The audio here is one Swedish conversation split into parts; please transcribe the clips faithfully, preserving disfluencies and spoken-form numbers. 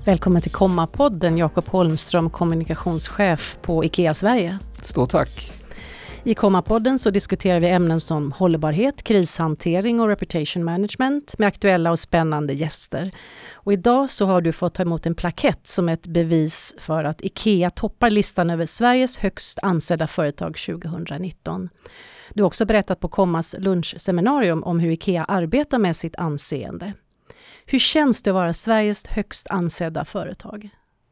Välkommen till Komma-podden, Jakob Holmström, kommunikationschef på IKEA Sverige. Stort tack. I Komma-podden så diskuterar vi ämnen som hållbarhet, krishantering och reputation management med aktuella och spännande gäster. Och idag så har du fått ta emot en plakett som ett bevis för att IKEA toppar listan över Sveriges högst ansedda företag tjugonitton. Du har också berättat på Kommas lunchseminarium om hur IKEA arbetar med sitt anseende. Hur känns det att vara Sveriges högst ansedda företag?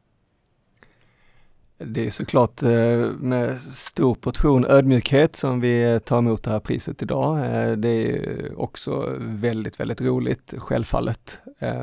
Det är såklart med stor portion ödmjukhet som vi tar emot det här priset idag. Det är också väldigt, väldigt roligt, självfallet.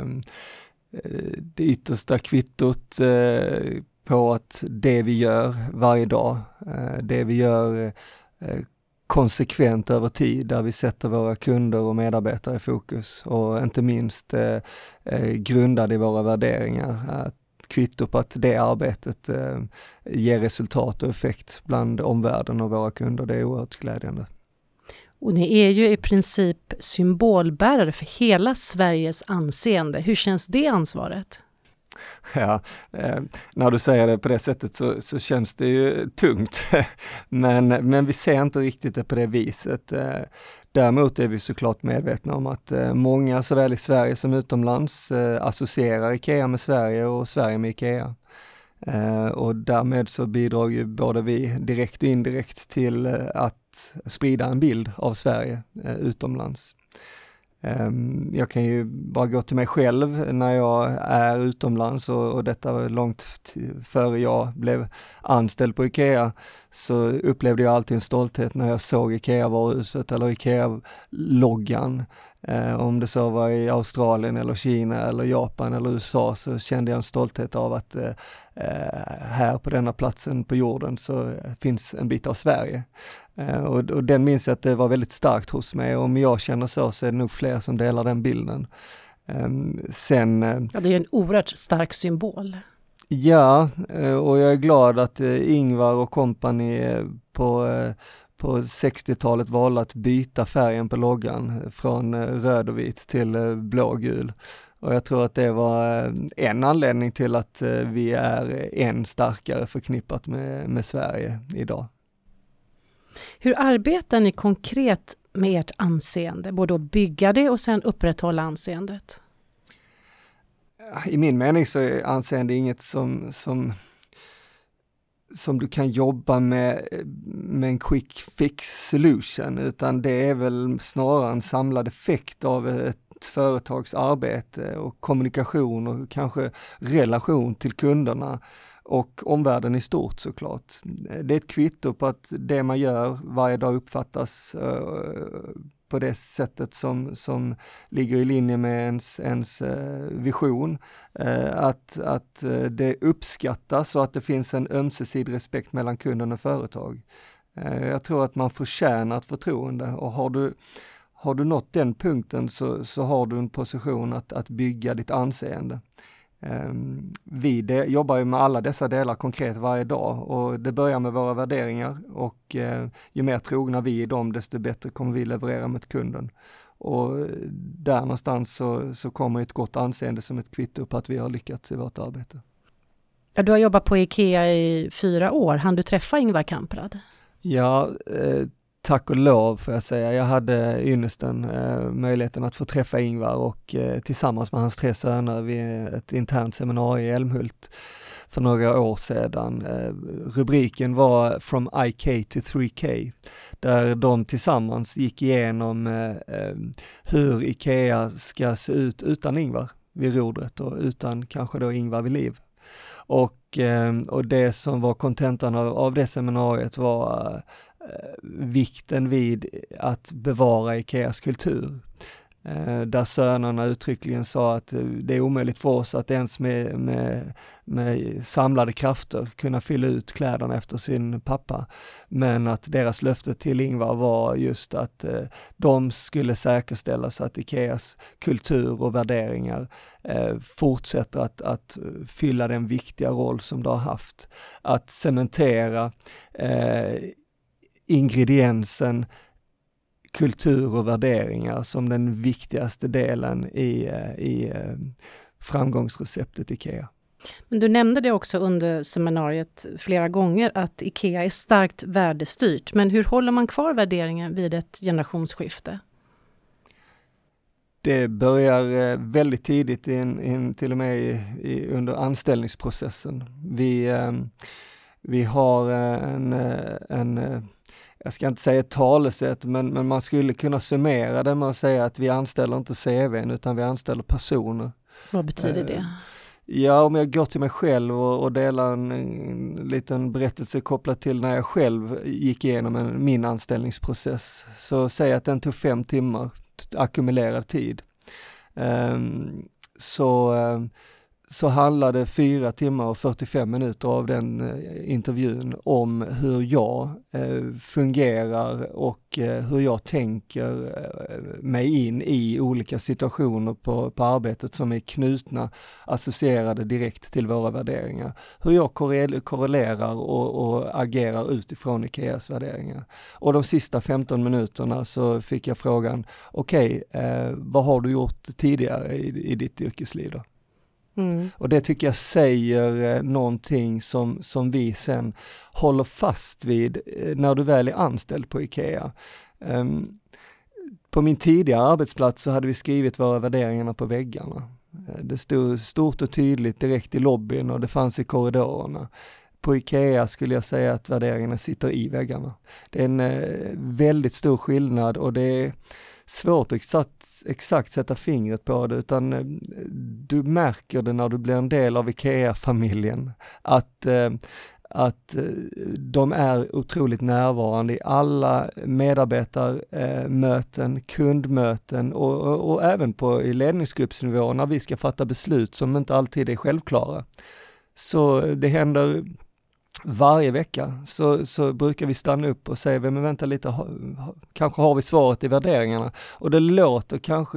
Det yttersta kvittot på att det vi gör varje dag, det vi gör konsekvent över tid, där vi sätter våra kunder och medarbetare i fokus och inte minst eh, grundade i våra värderingar. Att kvitto på att det arbetet eh, ger resultat och effekt bland omvärlden och våra kunder, det är oerhört glädjande. Och ni är ju i princip symbolbärare för hela Sveriges anseende. Hur känns det ansvaret? Ja, eh, när du säger det på det sättet så, så känns det ju tungt, men, men vi ser inte riktigt det på det viset. Eh, däremot är vi såklart medvetna om att eh, många såväl i Sverige som utomlands eh, associerar IKEA med Sverige och Sverige med IKEA. Eh, och därmed så bidrar ju både vi direkt och indirekt till eh, att sprida en bild av Sverige eh, utomlands. Jag kan ju bara gå till mig själv när jag är utomlands och, och detta var långt t- före jag blev anställd på IKEA, så upplevde jag alltid en stolthet när jag såg IKEA-varuhuset eller IKEA-loggan. Eh, om det så var i Australien eller Kina eller Japan eller U S A, så kände jag en stolthet av att eh, här på denna platsen på jorden så finns en bit av Sverige. Eh, och, och den minns jag att det var väldigt starkt hos mig, och om jag känner så så är det nog fler som delar den bilden. Eh, sen, eh, ja, det är en oerhört stark symbol. Ja, eh, och jag är glad att eh, Ingvar och kompani eh, på eh, på sextiotalet valde att byta färgen på loggan från röd och vit till blågul. Och jag tror att det var en anledning till att vi är än starkare förknippat med, med Sverige idag. Hur arbetar ni konkret med ert anseende? Både att bygga det och sen upprätthålla anseendet? I min mening så är anseende inget som... som som du kan jobba med, med en quick fix solution, utan det är väl snarare en samlad effekt av ett företags arbete och kommunikation och kanske relation till kunderna och omvärlden i stort såklart. Det är ett kvitto på att det man gör varje dag uppfattas uh, på det sättet som, som ligger i linje med ens, ens eh, vision. Eh, att att eh, det uppskattas och att det finns en ömsesidig respekt mellan kunden och företag. Eh, jag tror att man förtjänar ett förtroende, och har du, har du nått den punkten så, så har du en position att, att bygga ditt anseende. Um, vi de, jobbar ju med alla dessa delar konkret varje dag, och det börjar med våra värderingar, och uh, ju mer trogna vi är dem, desto bättre kommer vi leverera mot kunden. Och där någonstans så, så kommer ett gott anseende som ett kvitto på att vi har lyckats i vårt arbete. Ja, du har jobbat på IKEA i fyra år. Han du träffa Ingvar Kamprad? Ja, eh, tack och lov får jag säga. Jag hade ynnesten eh, möjligheten att få träffa Ingvar och eh, tillsammans med hans tre söner vid ett internt seminarium i Älmhult för några år sedan. Eh, rubriken var From I K to three K, där de tillsammans gick igenom eh, hur IKEA ska se ut utan Ingvar vid rodret och utan kanske då Ingvar vid liv. Och, eh, och det som var kontentan av, av det seminariet var eh, vikten vid att bevara IKEAs kultur. Eh, där sönerna uttryckligen sa att det är omöjligt för oss att ens med, med, med samlade krafter kunna fylla ut kläderna efter sin pappa. Men att deras löfte till Ingvar var just att eh, de skulle säkerställa så att IKEAs kultur och värderingar eh, fortsätter att, att fylla den viktiga roll som det har haft. Att cementera eh, ingrediensen kultur och värderingar som den viktigaste delen i, i framgångsreceptet IKEA. Men du nämnde det också under seminariet flera gånger att IKEA är starkt värdestyrt. Men hur håller man kvar värderingen vid ett generationsskifte? Det börjar väldigt tidigt, in, in till och med i, i, under anställningsprocessen. Vi, eh, vi har en, en, jag ska inte säga ett talesätt, men, men man skulle kunna summera det med att säga att vi anställer inte C V:n utan vi anställer personer. Vad betyder det? Ja, om jag går till mig själv och, och delar en, en liten berättelse kopplat till när jag själv gick igenom en, min anställningsprocess, så säger jag att den tog fem timmar ackumulerad tid. Um, så, um, så handlade fyra timmar och fyrtiofem minuter av den uh, intervjun om hur jag uh, fungerar och uh, hur jag tänker uh, mig in i olika situationer på, på arbetet som är knutna, associerade direkt till våra värderingar. Hur jag korrelerar och, och agerar utifrån IKEAs värderingar. Och de sista femton minuterna så fick jag frågan, okej, okay, uh, vad har du gjort tidigare i, i ditt yrkesliv då? Mm. Och det tycker jag säger eh, någonting som, som vi sen håller fast vid eh, när du väl är anställd på IKEA. Um, på min tidigare arbetsplats så hade vi skrivit våra värderingarna på väggarna. Eh, det stod stort och tydligt direkt i lobbyn och det fanns i korridorerna. På IKEA skulle jag säga att värderingarna sitter i väggarna. Det är en eh, väldigt stor skillnad och det är svårt att exakt, exakt sätta fingret på det, utan eh, du märker det när du blir en del av IKEA-familjen att, eh, att eh, de är otroligt närvarande i alla medarbetarmöten, eh, kundmöten och, och, och även på i ledningsgruppsnivå när vi ska fatta beslut som inte alltid är självklara. Så det händer varje vecka så, så brukar vi stanna upp och säga, men vänta lite, ha, ha, kanske har vi svaret i värderingarna. Och det låter kanske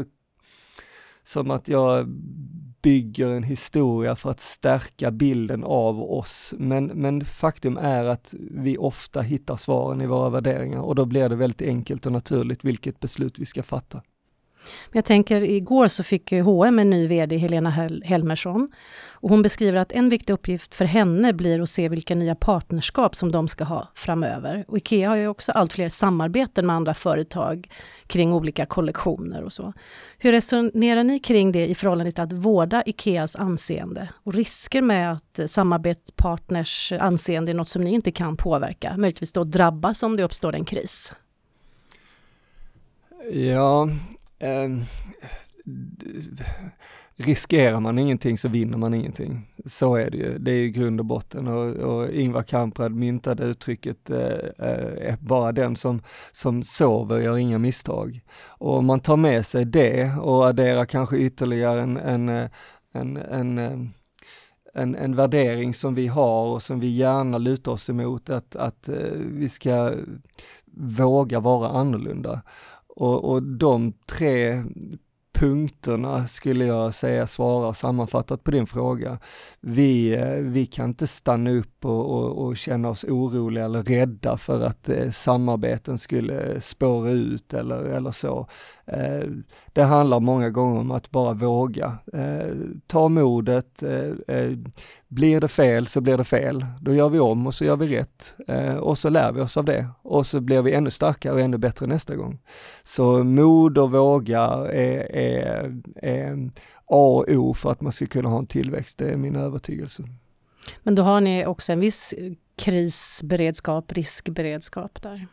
som att jag bygger en historia för att stärka bilden av oss. Men, men faktum är att vi ofta hittar svaren i våra värderingar och då blir det väldigt enkelt och naturligt vilket beslut vi ska fatta. Jag tänker, igår så fick H och M en ny vd, Helena Helmersson, och hon beskriver att en viktig uppgift för henne blir att se vilka nya partnerskap som de ska ha framöver. Och IKEA har ju också allt fler samarbeten med andra företag kring olika kollektioner och så. Hur resonerar ni kring det i förhållande till att vårda IKEAs anseende och risker med att samarbetspartners anseende är något som ni inte kan påverka, möjligtvis då drabbas om det uppstår en kris? Ja, Eh, riskerar man ingenting så vinner man ingenting. Så är det ju. Det är ju grund och botten och, och Ingvar Kamprad myntade uttrycket eh, eh, bara den som, som sover gör inga misstag. Och om man tar med sig det och adderar kanske ytterligare en, en, en, en, en En, en värdering som vi har och som vi gärna lutar oss emot, att, att eh, vi ska våga vara annorlunda. Och, och de tre punkterna skulle jag säga svarar sammanfattat på din fråga. Vi, vi kan inte stanna upp och, och, och känna oss oroliga eller rädda för att eh, samarbeten skulle spåra ut eller, eller så. Eh, det handlar många gånger om att bara våga. Eh, ta modet. Eh, eh, blir det fel så blir det fel. Då gör vi om och så gör vi rätt. Eh, och så lär vi oss av det. Och så blir vi ännu starkare och ännu bättre nästa gång. Så mod och våga är, är, är A och O för att man ska kunna ha en tillväxt. Det är min övertygelse. Men då har ni också en viss krisberedskap, riskberedskap där?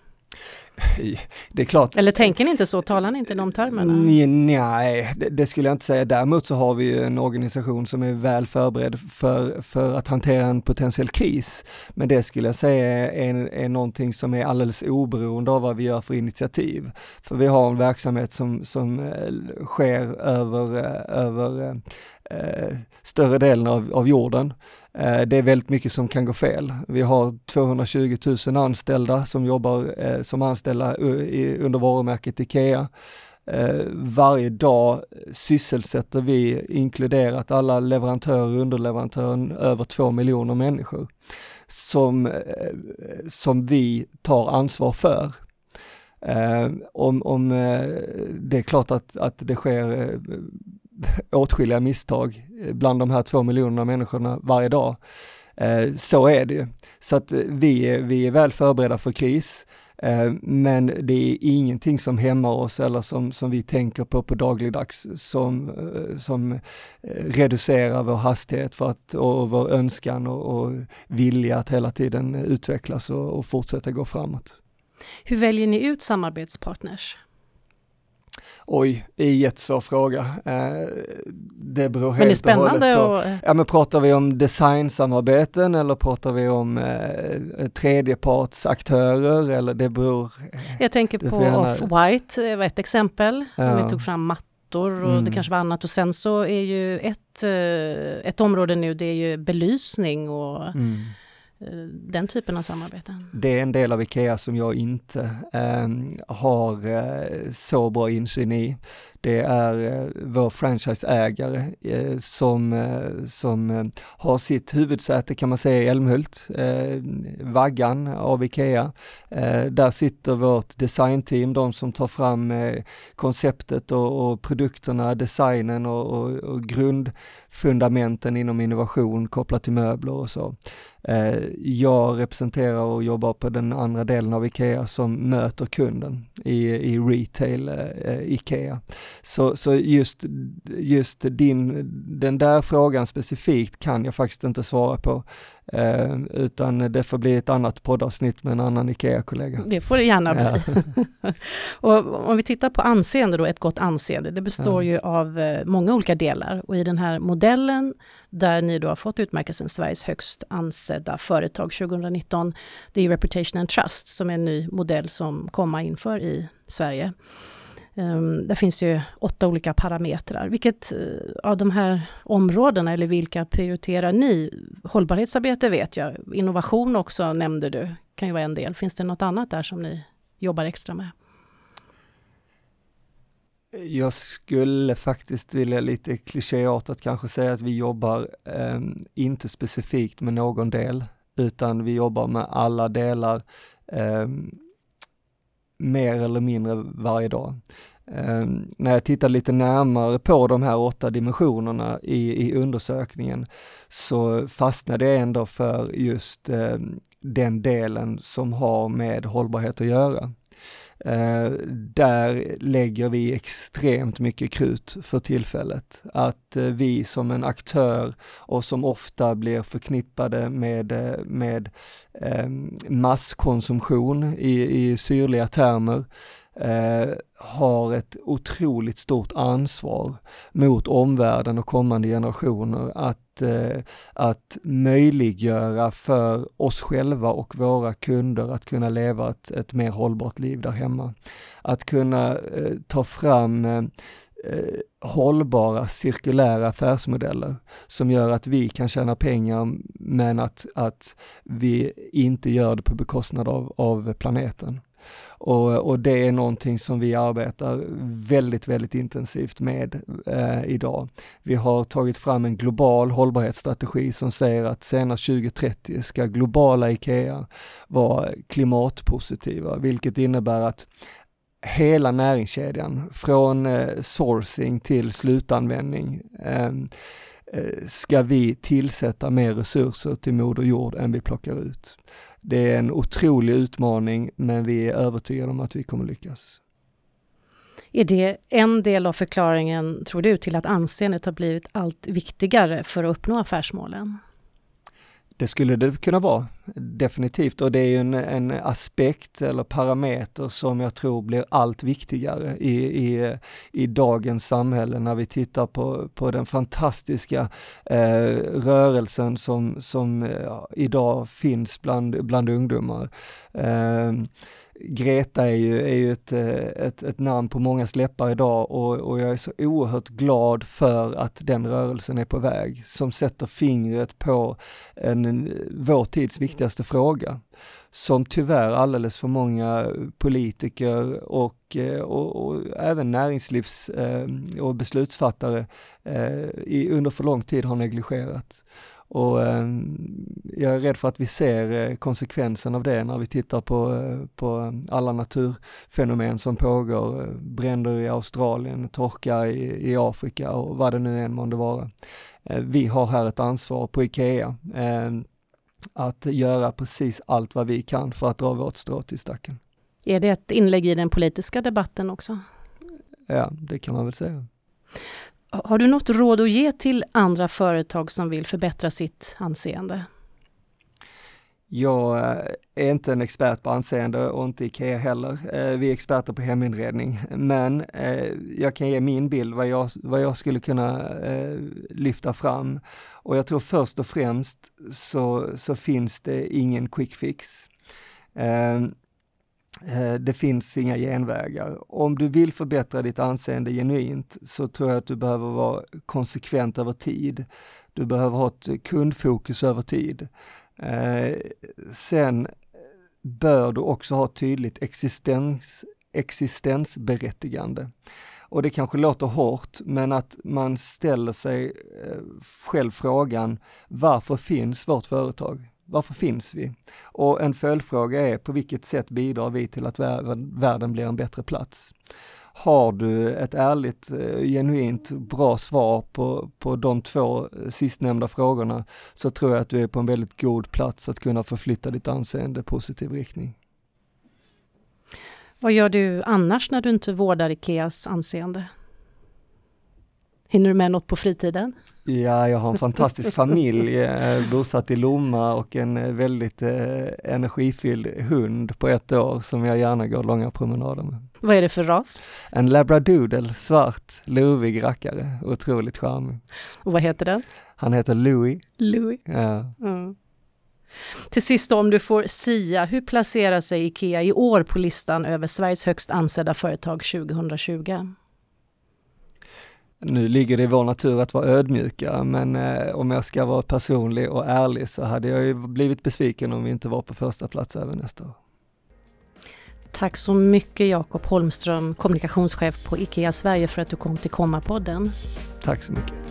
Det är klart. Eller tänker ni inte så? Talar ni inte i de termerna? Nej, det, det skulle jag inte säga. Däremot så har vi ju en organisation som är väl förberedd för, för att hantera en potentiell kris. Men det skulle jag säga är, är någonting som är alldeles oberoende av vad vi gör för initiativ. För vi har en verksamhet som, som sker över, över eh, större delen av, av jorden. Det är väldigt mycket som kan gå fel. Vi har tvåhundratjugo tusen anställda som jobbar eh, som anställda i, under varumärket IKEA. Eh, varje dag sysselsätter vi, inkluderat alla leverantörer och underleverantörer, över två miljoner människor som, eh, som vi tar ansvar för. Eh, om, om, eh, det är klart att, att det sker eh, åtskilliga misstag bland de här två miljonerna människorna varje dag. Eh, så är det ju. Så att vi, vi är väl förberedda för kris. Men det är ingenting som hämmar oss eller som, som vi tänker på på dagligdags som, som reducerar vår hastighet för att, och vår önskan och, och vilja att hela tiden utvecklas och, och fortsätta gå framåt. Hur väljer ni ut samarbetspartners? Oj, det är en jättesvår fråga. Det beror helt men det är spännande och hållet på. Och... Ja, men pratar vi om designsamarbeten eller pratar vi om eh, tredjepartsaktörer eller det beror... Jag tänker på gärna... Off-White var ett exempel. Ja. Vi tog fram mattor och mm. det kanske var annat. Och sen så är ju ett, ett område nu, det är ju belysning och... Mm. Den typen av samarbeten. Det är en del av IKEA som jag inte eh, har eh, så bra insyn i. Det är eh, vår franchiseägare eh, som, eh, som eh, har sitt huvudsäte kan man säga i Älmhult, eh, vaggan av IKEA. Eh, där sitter vårt designteam, de som tar fram eh, konceptet och, och produkterna, designen och, och, och grundfundamenten inom innovation kopplat till möbler och så. Eh, jag representerar och jobbar på den andra delen av IKEA som möter kunden i, i retail eh, IKEA. Så, så just, just din, den där frågan specifikt kan jag faktiskt inte svara på. Eh, utan det får bli ett annat poddavsnitt med en annan IKEA-kollega. Det får det gärna bli. Ja. Och om vi tittar på anseende då, ett gott anseende, det består ja. ju av eh, många olika delar. Och i den här modellen där ni då har fått utmärkelsen Sveriges högst ansedda företag tjugonitton, det är Reputation and Trust som är en ny modell som kommer inför i Sverige. Um, det finns ju åtta olika parametrar. Vilket uh, av de här områdena eller vilka prioriterar ni? Hållbarhetsarbete vet jag. Innovation också nämnde du. Kan ju vara en del. Finns det något annat där som ni jobbar extra med? Jag skulle faktiskt vilja lite klichéartat kanske säga att vi jobbar eh, inte specifikt med någon del utan vi jobbar med alla delar eh, mer eller mindre varje dag. Eh, när jag tittar lite närmare på de här åtta dimensionerna i, i undersökningen så fastnade jag ändå för just eh, den delen som har med hållbarhet att göra. Uh, där lägger vi extremt mycket krut för tillfället. Att uh, vi som en aktör och som ofta blir förknippade med, uh, med um, masskonsumtion i, i syrliga termer uh, har ett otroligt stort ansvar mot omvärlden och kommande generationer att, eh, att möjliggöra för oss själva och våra kunder att kunna leva ett, ett mer hållbart liv där hemma. Att kunna eh, ta fram eh, hållbara cirkulära affärsmodeller som gör att vi kan tjäna pengar men att, att vi inte gör det på bekostnad av, av planeten. Och, och det är någonting som vi arbetar väldigt, väldigt intensivt med eh, idag. Vi har tagit fram en global hållbarhetsstrategi som säger att senast tjugo trettio ska globala IKEA vara klimatpositiva, vilket innebär att hela näringskedjan från eh, sourcing till slutanvändning eh, ska vi tillsätta mer resurser till moder jord än vi plockar ut. Det är en otrolig utmaning men vi är övertygade om att vi kommer lyckas. Är det en del av förklaringen, tror du, till att anseendet har blivit allt viktigare för att uppnå affärsmålen? Det skulle det kunna vara, definitivt. Och det är ju en, en aspekt eller parameter som jag tror blir allt viktigare i, i, i dagens samhälle när vi tittar på, på den fantastiska eh, rörelsen som, som eh, idag finns bland, bland ungdomar. Eh, Greta är ju, är ju ett, ett, ett namn på många läppar idag och, och jag är så oerhört glad för att den rörelsen är på väg som sätter fingret på en, vår tids viktigaste fråga som tyvärr alldeles för många politiker och, och, och även näringslivs och beslutsfattare i, under för lång tid har negligerat. Och eh, jag är rädd för att vi ser eh, konsekvensen av det när vi tittar på, eh, på alla naturfenomen som pågår. Eh, bränder i Australien, torka i, i Afrika och vad det nu än månde vara. Eh, vi har här ett ansvar på IKEA eh, att göra precis allt vad vi kan för att dra vårt strå till stacken. Är det ett inlägg i den politiska debatten också? Ja, det kan man väl säga. Har du något råd att ge till andra företag som vill förbättra sitt anseende? Jag är inte en expert på anseende och inte IKEA heller. Vi är experter på heminredning. Men jag kan ge min bild vad jag, vad jag skulle kunna lyfta fram. Och jag tror först och främst så, så finns det ingen quick fix. Det finns inga genvägar. Om du vill förbättra ditt anseende genuint så tror jag att du behöver vara konsekvent över tid. Du behöver ha ett kundfokus över tid. Eh, sen bör du också ha tydligt existens, existensberättigande. Och det kanske låter hårt, men att man ställer sig eh, själv frågan, varför finns vårt företag? Varför finns vi? Och en följdfråga är, på vilket sätt bidrar vi till att världen blir en bättre plats? Har du ett ärligt, genuint bra svar på, på de två sistnämnda frågorna så tror jag att du är på en väldigt god plats att kunna förflytta ditt anseende i positiv riktning. Vad gör du annars när du inte vårdar IKEAs anseende? Hinner du med något på fritiden? Ja, jag har en fantastisk familj, bosatt i Lomma och en väldigt eh, energifylld hund på ett år som jag gärna går långa promenader med. Vad är det för ras? En labradoodle, svart, lurvig rackare, otroligt charmig. Och vad heter den? Han heter Louis. Louis. Ja. Mm. Till sist då, om du får sia, hur placerar sig IKEA i år på listan över Sveriges högst ansedda företag tjugohundratjugo? Nu ligger det i vår natur att vara ödmjuka, men eh, om jag ska vara personlig och ärlig så hade jag ju blivit besviken om vi inte var på första plats även nästa år. Tack så mycket Jakob Holmström, kommunikationschef på IKEA Sverige, för att du kom till Komma-podden. Tack så mycket.